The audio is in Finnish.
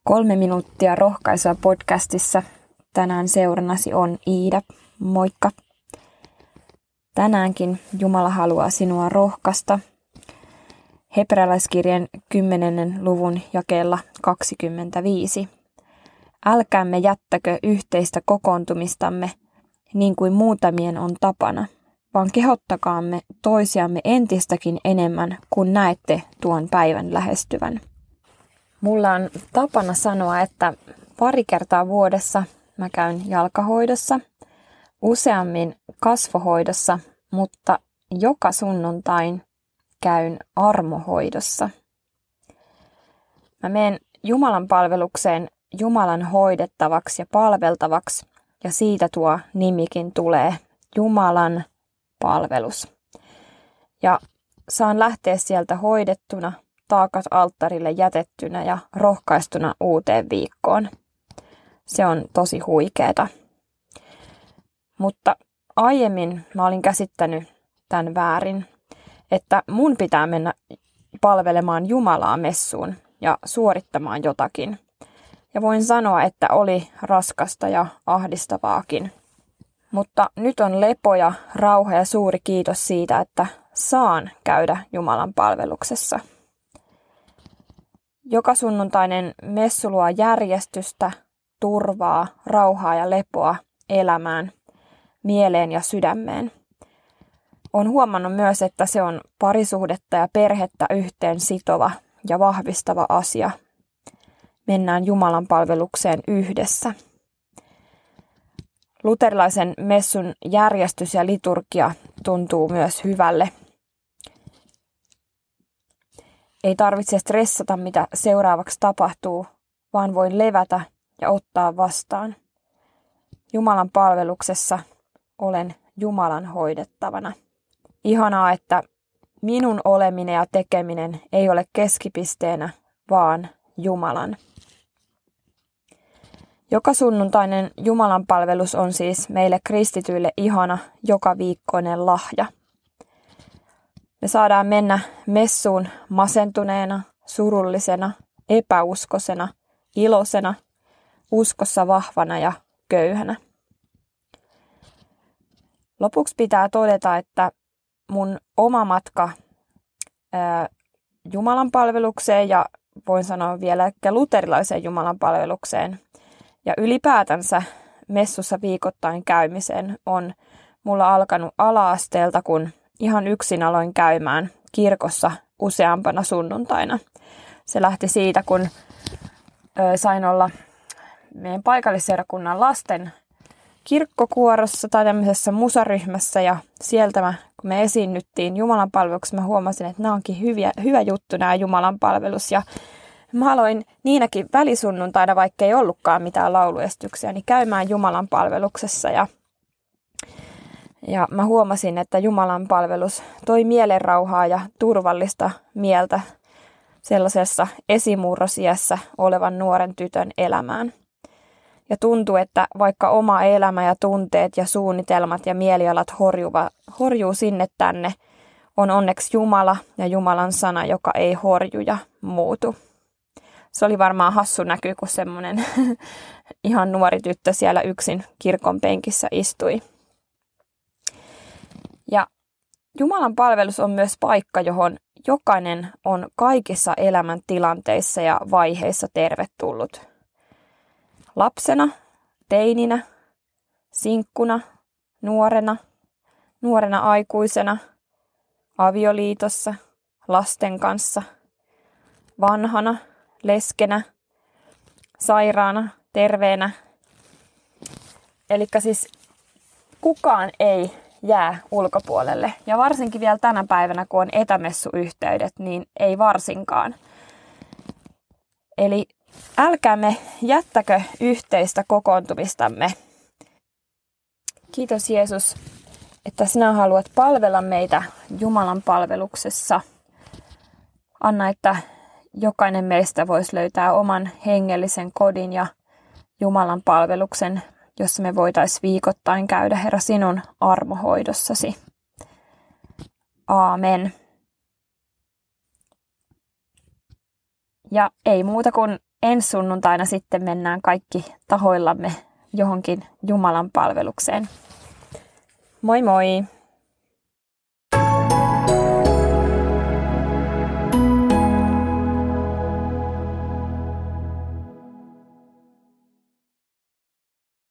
3 minuuttia rohkaisua podcastissa. Tänään seurannasi on Iida. Moikka! Tänäänkin Jumala haluaa sinua rohkaista. Hebrealaiskirjan 10. luvun jakeella 25. Älkäämme jättäkö yhteistä kokoontumistamme, niin kuin muutamien on tapana, vaan kehottakaamme toisiamme entistäkin enemmän, kun näette tuon päivän lähestyvän. Mulla on tapana sanoa, että pari kertaa vuodessa mä käyn jalkahoidossa, useammin kasvohoidossa, mutta joka sunnuntain käyn armohoidossa. Mä menen Jumalan palvelukseen Jumalan hoidettavaksi ja palveltavaksi, ja siitä tuo nimikin tulee, Jumalan palvelus. Ja saan lähteä sieltä hoidettuna, taakat alttarille jätettynä ja rohkaistuna uuteen viikkoon. Se on tosi huikeeta. Mutta aiemmin mä olin käsittänyt tämän väärin, että mun pitää mennä palvelemaan Jumalaa messuun ja suorittamaan jotakin. Ja voin sanoa, että oli raskasta ja ahdistavaakin. Mutta nyt on lepo ja rauha ja suuri kiitos siitä, että saan käydä Jumalan palveluksessa. Joka sunnuntainen messu luo järjestystä, turvaa, rauhaa ja lepoa elämään, mieleen ja sydämeen. Olen huomannut myös, että se on parisuhdetta ja perhettä yhteen sitova ja vahvistava asia. Mennään Jumalan palvelukseen yhdessä. Luterilaisen messun järjestys ja liturgia tuntuu myös hyvälle. Ei tarvitse stressata, mitä seuraavaksi tapahtuu, vaan voin levätä ja ottaa vastaan. Jumalan palveluksessa olen Jumalan hoidettavana. Ihanaa, että minun oleminen ja tekeminen ei ole keskipisteenä, vaan Jumalan. Joka sunnuntainen Jumalan palvelus on siis meille kristityille ihana joka viikkoinen lahja. Me saadaan mennä messuun masentuneena, surullisena, epäuskoisena, iloisena, uskossa vahvana ja köyhänä. Lopuksi pitää todeta, että mun oma matka Jumalan palvelukseen ja voin sanoa vielä, että luterilaiseen Jumalan palvelukseen ja ylipäätänsä messussa viikoittain käymiseen on mulla alkanut ala-asteelta, kun ihan yksin aloin käymään kirkossa useampana sunnuntaina. Se lähti siitä, kun sain olla meidän paikallisseurakunnan lasten kirkkokuorossa tai tämmöisessä musaryhmässä ja sieltä kun me esiinnyttiin Jumalan palveluksessa, mä huomasin, että nämä onkin hyvä juttu nämä Jumalan palvelus ja mä aloin niinäkin välisunnuntaina, vaikka ei ollutkaan mitään lauluestyksiä, niin käymään Jumalan palveluksessa ja mä huomasin, että Jumalan palvelus toi mielenrauhaa ja turvallista mieltä sellaisessa esimurrosiässä olevan nuoren tytön elämään. Ja tuntuu, että vaikka oma elämä ja tunteet ja suunnitelmat ja mielialat horjuu sinne tänne, on onneksi Jumala ja Jumalan sana, joka ei horju ja muutu. Se oli varmaan hassu näky, kun semmoinen ihan nuori tyttö siellä yksin kirkon penkissä istui. Ja Jumalan palvelus on myös paikka, johon jokainen on kaikissa elämäntilanteissa ja vaiheissa tervetullut. Lapsena, teininä, sinkkuna, nuorena aikuisena, avioliitossa, lasten kanssa, vanhana, leskenä, sairaana, terveenä. Elikkä siis kukaan ei jää ulkopuolelle. Ja varsinkin vielä tänä päivänä, kun on etämessuyhteydet, niin ei varsinkaan. Eli älkäämme jättäkö yhteistä kokoontumistamme. Kiitos Jeesus, että sinä haluat palvella meitä Jumalan palveluksessa. Anna, että jokainen meistä voisi löytää oman hengellisen kodin ja Jumalan palveluksen, jossa me voitaisiin viikoittain käydä, Herra, sinun armohoidossasi. Aamen. Ja ei muuta kuin ensi sunnuntaina sitten mennään kaikki tahoillamme johonkin Jumalan palvelukseen. Moi moi!